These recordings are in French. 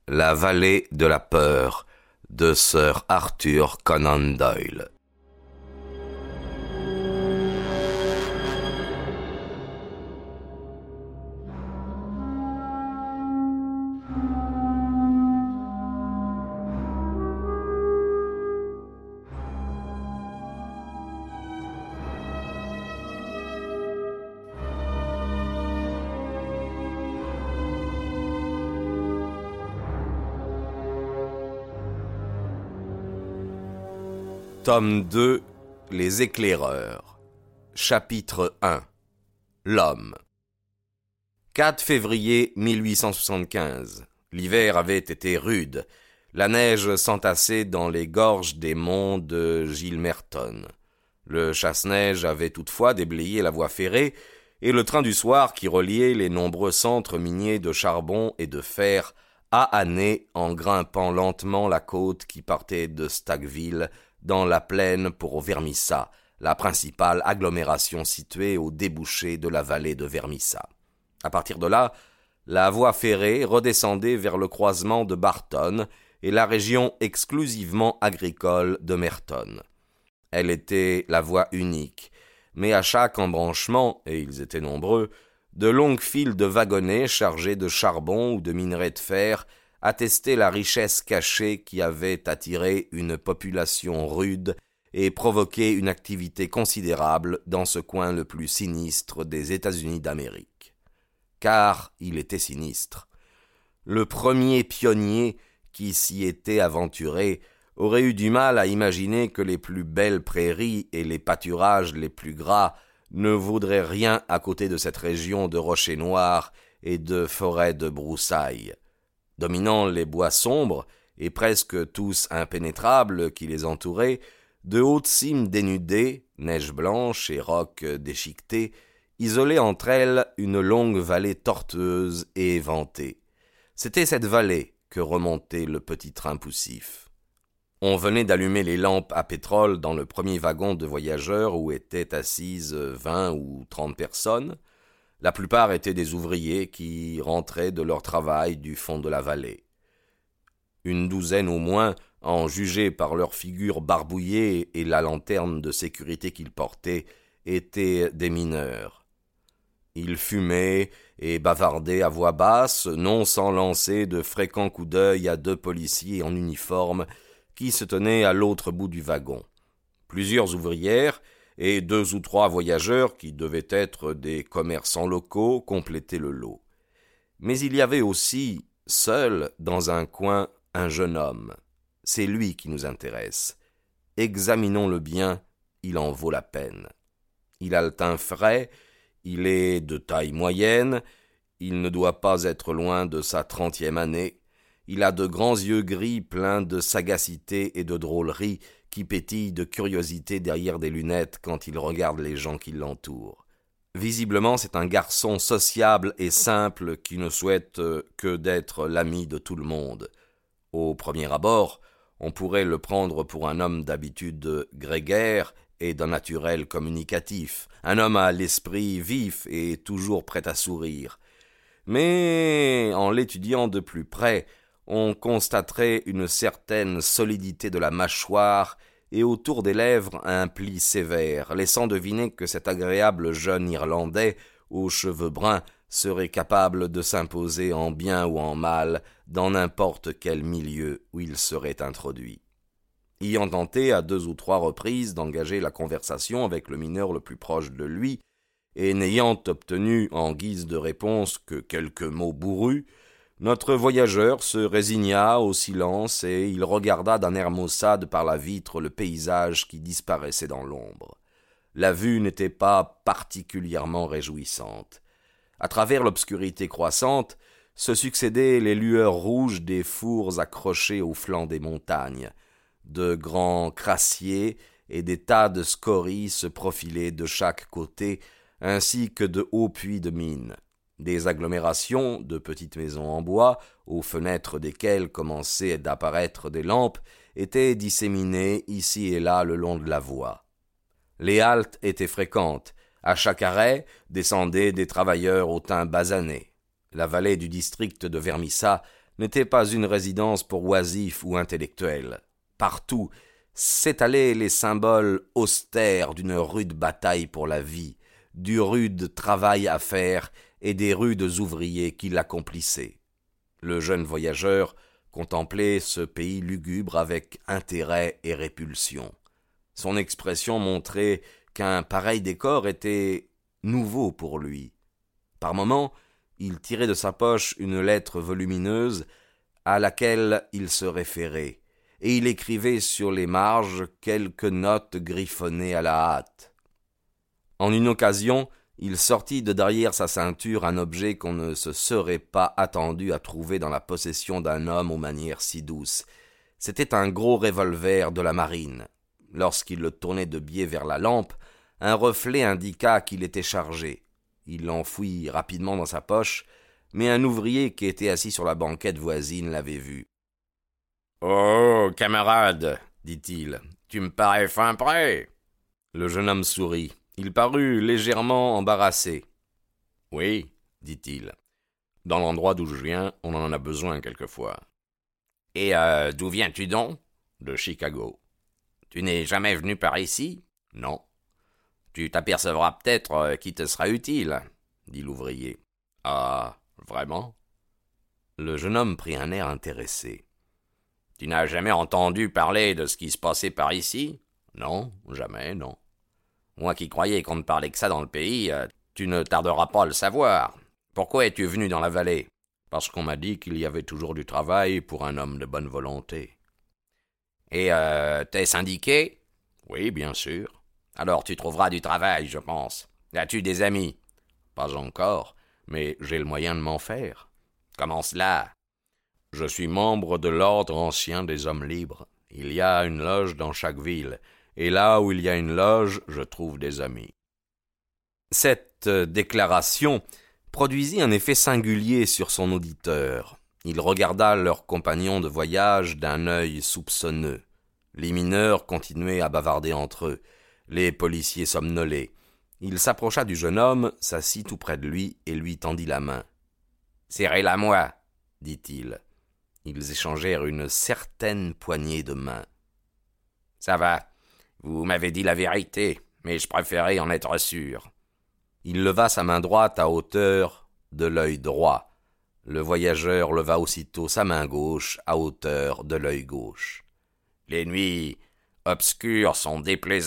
La vallée de la peur de Sir Arthur Conan Doyle. Tome 2, Les éclaireurs. Chapitre 1. L'homme. 4 février 1875. L'hiver avait été rude. La neige s'entassait dans les gorges des monts de Gilmerton. Le chasse-neige avait toutefois déblayé la voie ferrée, et le train du soir qui reliait les nombreux centres miniers de charbon et de fer annait en grimpant lentement la côte qui partait de Stagville dans la plaine pour Vermissa, la principale agglomération située au débouché de la vallée de Vermissa. À partir de là, la voie ferrée redescendait vers le croisement de Barton et la région exclusivement agricole de Merton. Elle était la voie unique, mais à chaque embranchement, et ils étaient nombreux, de longues files de wagonnets chargés de charbon ou de minerais de fer attestaient la richesse cachée qui avait attiré une population rude et provoqué une activité considérable dans ce coin le plus sinistre des États-Unis d'Amérique. Car il était sinistre. Le premier pionnier qui s'y était aventuré aurait eu du mal à imaginer que les plus belles prairies et les pâturages les plus gras ne vaudraient rien à côté de cette région de rochers noirs et de forêts de broussailles. Dominant les bois sombres et presque tous impénétrables qui les entouraient, de hautes cimes dénudées, neige blanche et rocs déchiquetés, isolaient entre elles une longue vallée tortueuse et éventée. C'était cette vallée que remontait le petit train poussif. On venait d'allumer les lampes à pétrole dans le premier wagon de voyageurs où étaient assises 20 ou 30 personnes. La plupart étaient des ouvriers qui rentraient de leur travail du fond de la vallée. Une douzaine au moins, en juger par leurs figures barbouillées et la lanterne de sécurité qu'ils portaient, étaient des mineurs. Ils fumaient et bavardaient à voix basse, non sans lancer de fréquents coups d'œil à 2 policiers en uniforme qui se tenaient à l'autre bout du wagon. Plusieurs ouvrières et 2 ou 3 voyageurs qui devaient être des commerçants locaux complétaient le lot. Mais il y avait aussi, seul, dans un coin, un jeune homme. C'est lui qui nous intéresse. Examinons-le bien, il en vaut la peine. Il a le teint frais, il est de taille moyenne, il ne doit pas être loin de sa 30e année, il a de grands yeux gris pleins de sagacité et de drôlerie qui pétillent de curiosité derrière des lunettes quand il regarde les gens qui l'entourent. Visiblement, c'est un garçon sociable et simple qui ne souhaite que d'être l'ami de tout le monde. Au premier abord, on pourrait le prendre pour un homme d'habitude grégaire et d'un naturel communicatif, un homme à l'esprit vif et toujours prêt à sourire. Mais en l'étudiant de plus près, on constaterait une certaine solidité de la mâchoire et autour des lèvres un pli sévère, laissant deviner que cet agréable jeune Irlandais aux cheveux bruns serait capable de s'imposer en bien ou en mal dans n'importe quel milieu où il serait introduit. Ayant tenté à 2 ou 3 reprises d'engager la conversation avec le mineur le plus proche de lui, et n'ayant obtenu en guise de réponse que quelques mots bourrus, notre voyageur se résigna au silence et il regarda d'un air maussade par la vitre le paysage qui disparaissait dans l'ombre. La vue n'était pas particulièrement réjouissante. À travers l'obscurité croissante, se succédaient les lueurs rouges des fours accrochés au flanc des montagnes. De grands crassiers et des tas de scories se profilaient de chaque côté, ainsi que de hauts puits de mine. Des agglomérations de petites maisons en bois, aux fenêtres desquelles commençaient d'apparaître des lampes, étaient disséminées ici et là le long de la voie. Les haltes étaient fréquentes. À chaque arrêt descendaient des travailleurs au teint basané. La vallée du district de Vermissa n'était pas une résidence pour oisifs ou intellectuels. Partout s'étalaient les symboles austères d'une rude bataille pour la vie, du rude travail à faire et des rudes ouvriers qui l'accomplissaient. Le jeune voyageur contemplait ce pays lugubre avec intérêt et répulsion. Son expression montrait qu'un pareil décor était nouveau pour lui. Par moments, il tirait de sa poche une lettre volumineuse à laquelle il se référait, et il écrivait sur les marges quelques notes griffonnées à la hâte. En une occasion, il sortit de derrière sa ceinture un objet qu'on ne se serait pas attendu à trouver dans la possession d'un homme aux manières si douces. C'était un gros revolver de la marine. Lorsqu'il le tournait de biais vers la lampe, un reflet indiqua qu'il était chargé. Il l'enfouit rapidement dans sa poche, mais un ouvrier qui était assis sur la banquette voisine l'avait vu. « Oh, camarade, dit-il, tu me parais fin prêt. » Le jeune homme sourit. Il parut légèrement embarrassé. « Oui, dit-il, dans l'endroit d'où je viens, on en a besoin quelquefois. »« Et d'où viens-tu donc ?»« De Chicago. »« Tu n'es jamais venu par ici ?»« Non. »« Tu t'apercevras peut-être qui te sera utile, » dit l'ouvrier. « Ah, vraiment ?» Le jeune homme prit un air intéressé. « Tu n'as jamais entendu parler de ce qui se passait par ici ?»« Non, jamais, non. » Moi qui croyais qu'on ne parlait que ça dans le pays, tu ne tarderas pas à le savoir. Pourquoi es-tu venu dans la vallée ? Parce qu'on m'a dit qu'il y avait toujours du travail pour un homme de bonne volonté. Et t'es syndiqué ? Oui, bien sûr. Alors tu trouveras du travail, je pense. As-tu des amis ? Pas encore, mais j'ai le moyen de m'en faire. Comment cela ? Je suis membre de l'ordre ancien des hommes libres. Il y a une loge dans chaque ville. Et là où il y a une loge, je trouve des amis. Cette déclaration produisit un effet singulier sur son auditeur. Il regarda leur compagnon de voyage d'un œil soupçonneux. Les mineurs continuaient à bavarder entre eux. Les policiers somnolaient. Il s'approcha du jeune homme, s'assit tout près de lui et lui tendit la main. « Serrez-la moi, dit-il. Ils échangèrent une certaine poignée de main. « Ça va. Vous m'avez dit la vérité, mais je préférais en être sûr. » Il leva sa main droite à hauteur de l'œil droit. Le voyageur leva aussitôt sa main gauche à hauteur de l'œil gauche. « Les nuits obscures sont déplaisantes, »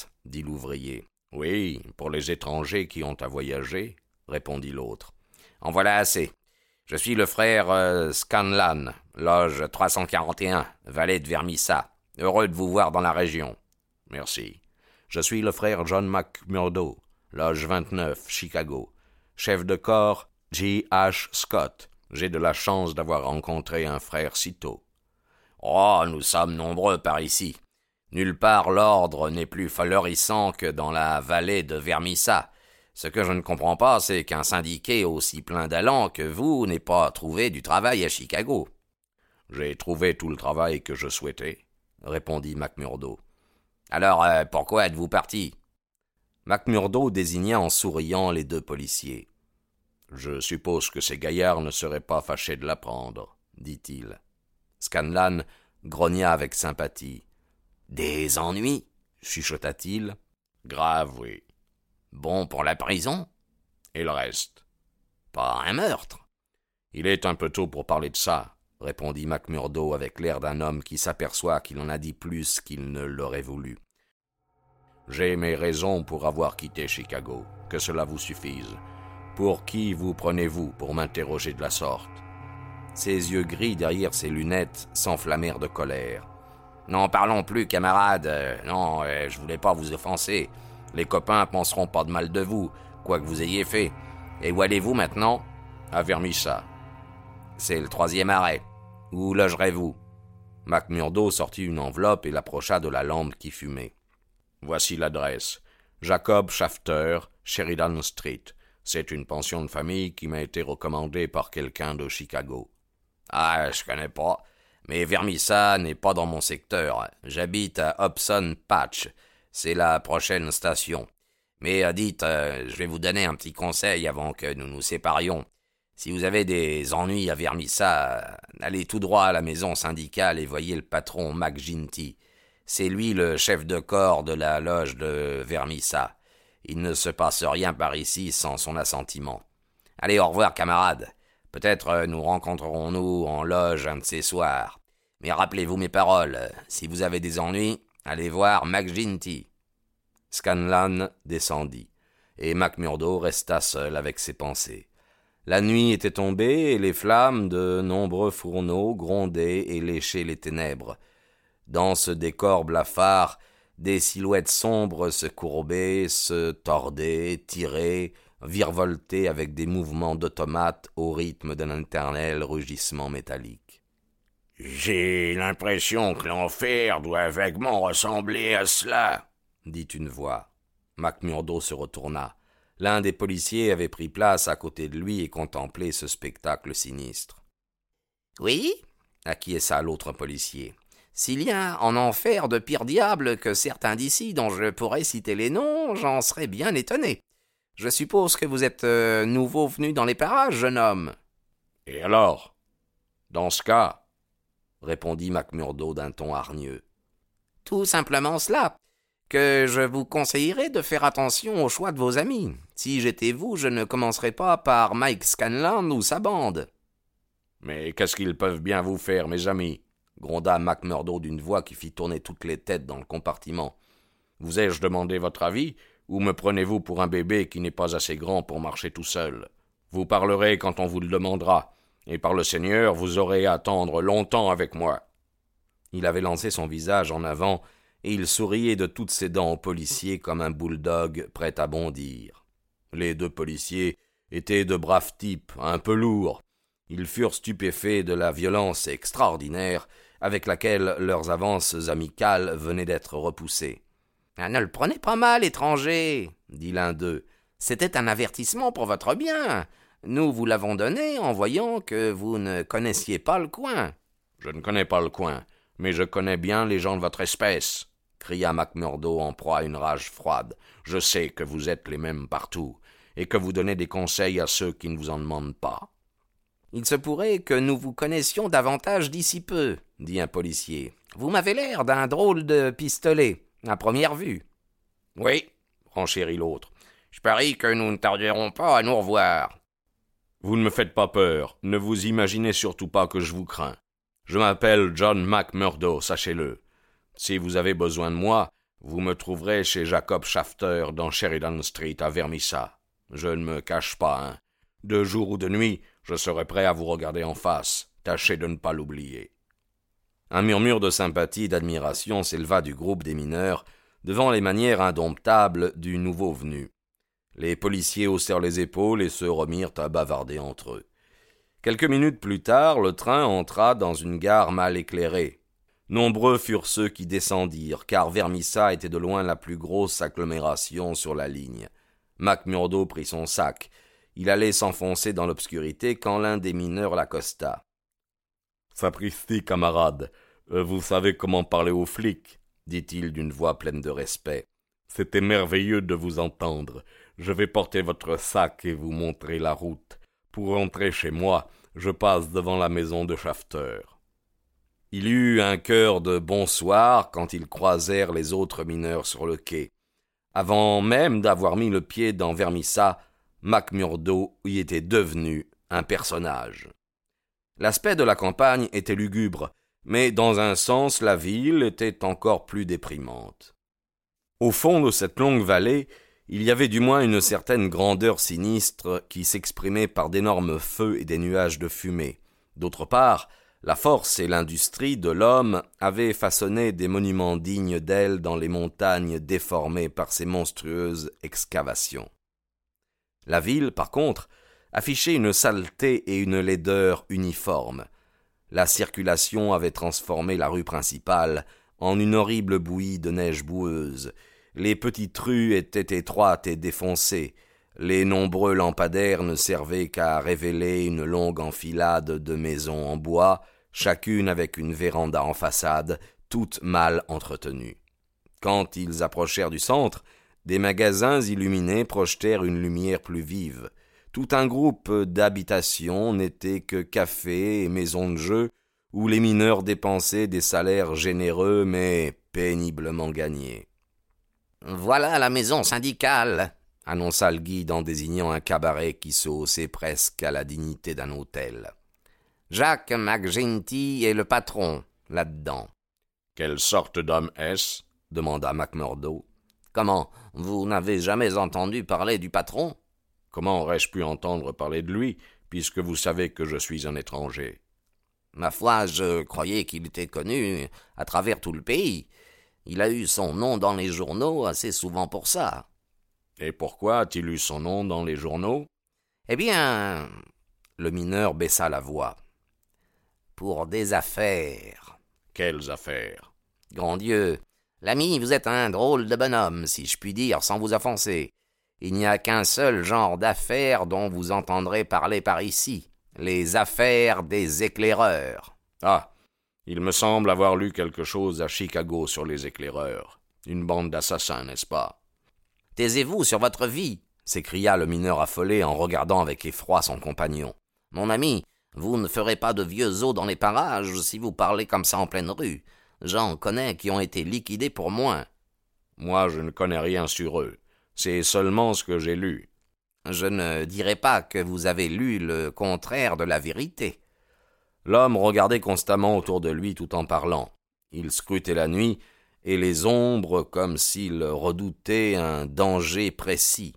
dit l'ouvrier. « Oui, pour les étrangers qui ont à voyager, » répondit l'autre. « En voilà assez. Je suis le frère Scanlan, loge 341, valet de Vermissa. Heureux de vous voir dans la région. » « Merci. Je suis le frère John McMurdo, loge 29, Chicago. Chef de corps, J. H. Scott. J'ai de la chance d'avoir rencontré un frère si tôt. »« Oh, nous sommes nombreux par ici. Nulle part l'ordre n'est plus florissant que dans la vallée de Vermissa. Ce que je ne comprends pas, c'est qu'un syndiqué aussi plein d'allant que vous n'ait pas trouvé du travail à Chicago. »« J'ai trouvé tout le travail que je souhaitais, » répondit McMurdo. « Alors, pourquoi êtes-vous parti ?» McMurdo désigna en souriant les deux policiers. « Je suppose que ces gaillards ne seraient pas fâchés de l'apprendre, » dit-il. Scanlan grogna avec sympathie. « Des ennuis ?» chuchota-t-il. « Grave, oui. »« Bon pour la prison ?» ?»« Et le reste. »« Pas un meurtre ?» ?»« Il est un peu tôt pour parler de ça, » répondit McMurdo avec l'air d'un homme qui s'aperçoit qu'il en a dit plus qu'il ne l'aurait voulu. « J'ai mes raisons pour avoir quitté Chicago, que cela vous suffise. Pour qui vous prenez-vous pour m'interroger de la sorte ?» Ses yeux gris derrière ses lunettes s'enflammèrent de colère. « N'en parlons plus, camarade. Non, je voulais pas vous offenser. Les copains penseront pas de mal de vous, quoi que vous ayez fait. Et où allez-vous maintenant ? » ?»« À Vermissa. »« C'est le 3e arrêt. Où logerez-vous ?» McMurdo sortit une enveloppe et l'approcha de la lampe qui fumait. « Voici l'adresse. Jacob Shafter, Sheridan Street. C'est une pension de famille qui m'a été recommandée par quelqu'un de Chicago. »« Ah, je connais pas. Mais Vermissa n'est pas dans mon secteur. J'habite à Hobson Patch. C'est la prochaine station. Mais dites, je vais vous donner un petit conseil avant que nous nous séparions. Si vous avez des ennuis à Vermissa, allez tout droit à la maison syndicale et voyez le patron McGinty. C'est lui le chef de corps de la loge de Vermissa. Il ne se passe rien par ici sans son assentiment. Allez, au revoir, camarades. Peut-être nous rencontrerons-nous en loge un de ces soirs. Mais rappelez-vous mes paroles, si vous avez des ennuis, allez voir McGinty. Scanlan descendit, et McMurdo resta seul avec ses pensées. La nuit était tombée, et les flammes de nombreux fourneaux grondaient et léchaient les ténèbres. Dans ce décor blafard, des silhouettes sombres se courbaient, se tordaient, tiraient, virevoltaient avec des mouvements d'automates au rythme d'un éternel rugissement métallique. « J'ai l'impression que l'enfer doit vaguement ressembler à cela, » dit une voix. McMurdo se retourna. L'un des policiers avait pris place à côté de lui et contemplait ce spectacle sinistre. « Oui » acquiesça l'autre policier. « S'il y a en enfer de pires diables que certains d'ici dont je pourrais citer les noms, j'en serais bien étonné. Je suppose que vous êtes nouveau venu dans les parages, jeune homme. »« Et alors ? Dans ce cas, » répondit McMurdo d'un ton hargneux. « Tout simplement cela, que je vous conseillerais de faire attention au choix de vos amis. Si j'étais vous, je ne commencerais pas par Mike Scanlan ou sa bande. »« Mais qu'est-ce qu'ils peuvent bien vous faire, mes amis ?» gronda McMurdo d'une voix qui fit tourner toutes les têtes dans le compartiment. « Vous ai-je demandé votre avis, ou me prenez-vous pour un bébé qui n'est pas assez grand pour marcher tout seul ? Vous parlerez quand on vous le demandera, et par le Seigneur, vous aurez à attendre longtemps avec moi. » Il avait lancé son visage en avant, et il souriait de toutes ses dents au policier comme un bulldog prêt à bondir. Les deux policiers étaient de braves types, un peu lourds. Ils furent stupéfaits de la violence extraordinaire avec laquelle leurs avances amicales venaient d'être repoussées. « Ne le prenez pas mal, étranger, » dit l'un d'eux. « C'était un avertissement pour votre bien. Nous vous l'avons donné en voyant que vous ne connaissiez pas le coin. »« Je ne connais pas le coin, mais je connais bien les gens de votre espèce, » cria McMurdo en proie à une rage froide. « Je sais que vous êtes les mêmes partout, et que vous donnez des conseils à ceux qui ne vous en demandent pas. »« Il se pourrait que nous vous connaissions davantage d'ici peu, » dit un policier. « Vous m'avez l'air d'un drôle de pistolet, à première vue. »« Oui, » renchérit l'autre. « Je parie que nous ne tarderons pas à nous revoir. »« Vous ne me faites pas peur, ne vous imaginez surtout pas que je vous crains. Je m'appelle John McMurdo, sachez-le. Si vous avez besoin de moi, vous me trouverez chez Jacob Shafter dans Sheridan Street à Vermissa. Je ne me cache pas, hein. De jour ou de nuit, je serai prêt à vous regarder en face. Tâchez de ne pas l'oublier. » Un murmure de sympathie et d'admiration s'éleva du groupe des mineurs devant les manières indomptables du nouveau venu. Les policiers haussèrent les épaules et se remirent à bavarder entre eux. Quelques minutes plus tard, le train entra dans une gare mal éclairée. Nombreux furent ceux qui descendirent, car Vermissa était de loin la plus grosse agglomération sur la ligne. McMurdo prit son sac. Il allait s'enfoncer dans l'obscurité quand l'un des mineurs l'accosta. « Sapristi, camarade, vous savez comment parler aux flics, » dit-il d'une voix pleine de respect. « C'était merveilleux de vous entendre. Je vais porter votre sac et vous montrer la route. Pour rentrer chez moi, je passe devant la maison de Shafter. » Il eut un cœur de bonsoir quand ils croisèrent les autres mineurs sur le quai. Avant même d'avoir mis le pied dans Vermissa, McMurdo y était devenu un personnage. L'aspect de la campagne était lugubre, mais dans un sens la ville était encore plus déprimante. Au fond de cette longue vallée, il y avait du moins une certaine grandeur sinistre qui s'exprimait par d'énormes feux et des nuages de fumée. D'autre part, la force et l'industrie de l'homme avaient façonné des monuments dignes d'elle dans les montagnes déformées par ces monstrueuses excavations. La ville, par contre, affichait une saleté et une laideur uniformes. La circulation avait transformé la rue principale en une horrible bouillie de neige boueuse. Les petites rues étaient étroites et défoncées. Les nombreux lampadaires ne servaient qu'à révéler une longue enfilade de maisons en bois, chacune avec une véranda en façade, toutes mal entretenues. Quand ils approchèrent du centre, des magasins illuminés projetèrent une lumière plus vive. Tout un groupe d'habitations n'était que cafés et maisons de jeu où les mineurs dépensaient des salaires généreux mais péniblement gagnés. « Voilà la maison syndicale !» annonça le guide en désignant un cabaret qui se haussait presque à la dignité d'un hôtel. « Jack McGinty est le patron, là-dedans. »« Quelle sorte d'homme est-ce » demanda McMurdo. « Comment, vous n'avez jamais entendu parler du patron ?»« Comment aurais-je pu entendre parler de lui, puisque vous savez que je suis un étranger ?»« Ma foi, je croyais qu'il était connu à travers tout le pays. Il a eu son nom dans les journaux assez souvent pour ça. » « Et pourquoi a-t-il eu son nom dans les journaux ?»« Eh bien, le mineur baissa la voix. Pour des affaires. »« Quelles affaires ?»« Grand Dieu, l'ami, vous êtes un drôle de bonhomme, si je puis dire, sans vous offenser. Il n'y a qu'un seul genre d'affaires dont vous entendrez parler par ici, les affaires des éclaireurs. »« Ah, il me semble avoir lu quelque chose à Chicago sur les éclaireurs. Une bande d'assassins, n'est-ce pas ?»« Taisez-vous sur votre vie !» s'écria le mineur affolé en regardant avec effroi son compagnon. « Mon ami, vous ne ferez pas de vieux os dans les parages si vous parlez comme ça en pleine rue. J'en connais qui ont été liquidés pour moins. »« Moi, je ne connais rien sur eux. C'est seulement ce que j'ai lu. »« Je ne dirai pas que vous avez lu le contraire de la vérité. » L'homme regardait constamment autour de lui tout en parlant. Il scrutait la nuit et les ombres comme s'il redoutait un danger précis.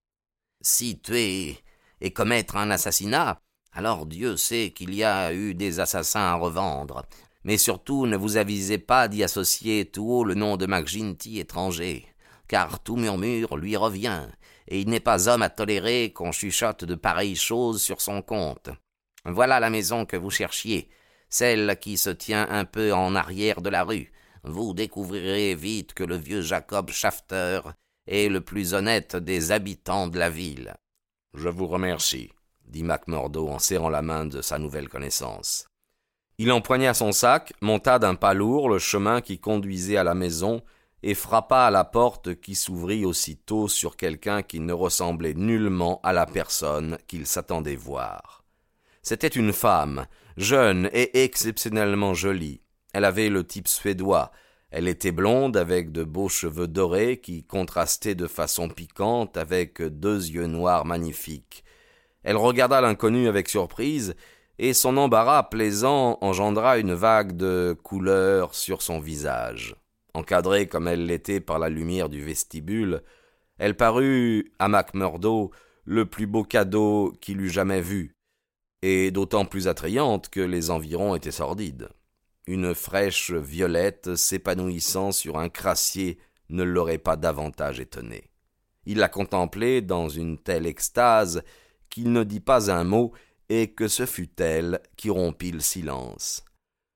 « Si tuer et commettre un assassinat, alors Dieu sait qu'il y a eu des assassins à revendre. Mais surtout, ne vous avisez pas d'y associer tout haut le nom de McGinty étranger, car tout murmure lui revient, et il n'est pas homme à tolérer qu'on chuchote de pareilles choses sur son compte. Voilà la maison que vous cherchiez, celle qui se tient un peu en arrière de la rue. Vous découvrirez vite que le vieux Jacob Shafter est le plus honnête des habitants de la ville. »« Je vous remercie, » dit McMurdo en serrant la main de sa nouvelle connaissance. Il empoigna son sac, monta d'un pas lourd le chemin qui conduisait à la maison et frappa à la porte qui s'ouvrit aussitôt sur quelqu'un qui ne ressemblait nullement à la personne qu'il s'attendait voir. C'était une femme, jeune et exceptionnellement jolie. Elle avait le type suédois. Elle était blonde avec de beaux cheveux dorés qui contrastaient de façon piquante avec 2 yeux noirs magnifiques. Elle regarda l'inconnu avec surprise et son embarras plaisant engendra une vague de couleur sur son visage. Encadrée comme elle l'était par la lumière du vestibule, elle parut à McMurdo le plus beau cadeau qu'il eût jamais vu, et d'autant plus attrayante que les environs étaient sordides. Une fraîche violette s'épanouissant sur un crassier ne l'aurait pas davantage étonné. Il la contemplait dans une telle extase qu'il ne dit pas un mot et que ce fut elle qui rompit le silence.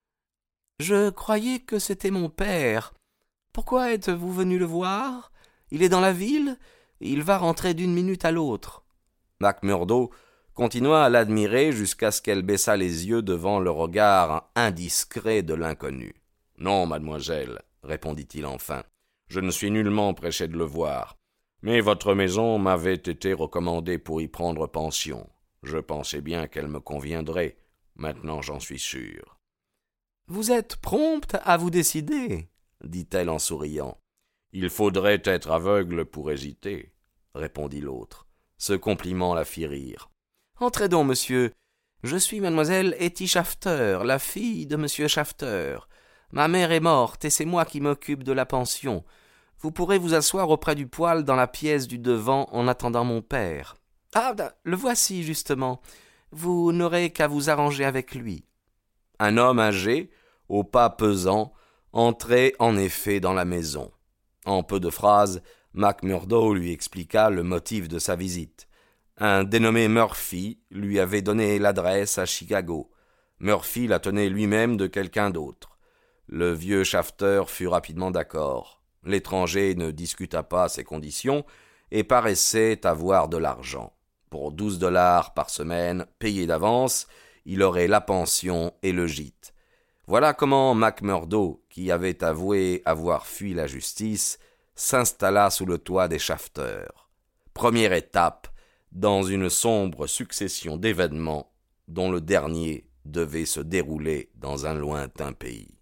« Je croyais que c'était mon père. Pourquoi êtes-vous venu le voir ? Il est dans la ville, il va rentrer d'une minute à l'autre. » McMurdo continua à l'admirer jusqu'à ce qu'elle baissât les yeux devant le regard indiscret de l'inconnu. « Non, mademoiselle, » répondit-il enfin, « je ne suis nullement pressé de le voir. Mais votre maison m'avait été recommandée pour y prendre pension. Je pensais bien qu'elle me conviendrait. Maintenant, j'en suis sûr. »« Vous êtes prompte à vous décider, » dit-elle en souriant. « Il faudrait être aveugle pour hésiter, » répondit l'autre. Ce compliment la fit rire. « Entrez donc, monsieur. Je suis mademoiselle Etty Shafter, la fille de monsieur Shafter. Ma mère est morte et c'est moi qui m'occupe de la pension. Vous pourrez vous asseoir auprès du poêle dans la pièce du devant en attendant mon père. Ah, le voici justement. Vous n'aurez qu'à vous arranger avec lui. » Un homme âgé, au pas pesant, entrait en effet dans la maison. En peu de phrases, McMurdo lui expliqua le motif de sa visite. Un dénommé Murphy lui avait donné l'adresse à Chicago. Murphy la tenait lui-même de quelqu'un d'autre. Le vieux Shafter fut rapidement d'accord. L'étranger ne discuta pas ses conditions et paraissait avoir de l'argent. Pour $12 par semaine, payés d'avance, il aurait la pension et le gîte. Voilà comment McMurdo, qui avait avoué avoir fui la justice, s'installa sous le toit des Shafter. Première étape, dans une sombre succession d'événements dont le dernier devait se dérouler dans un lointain pays.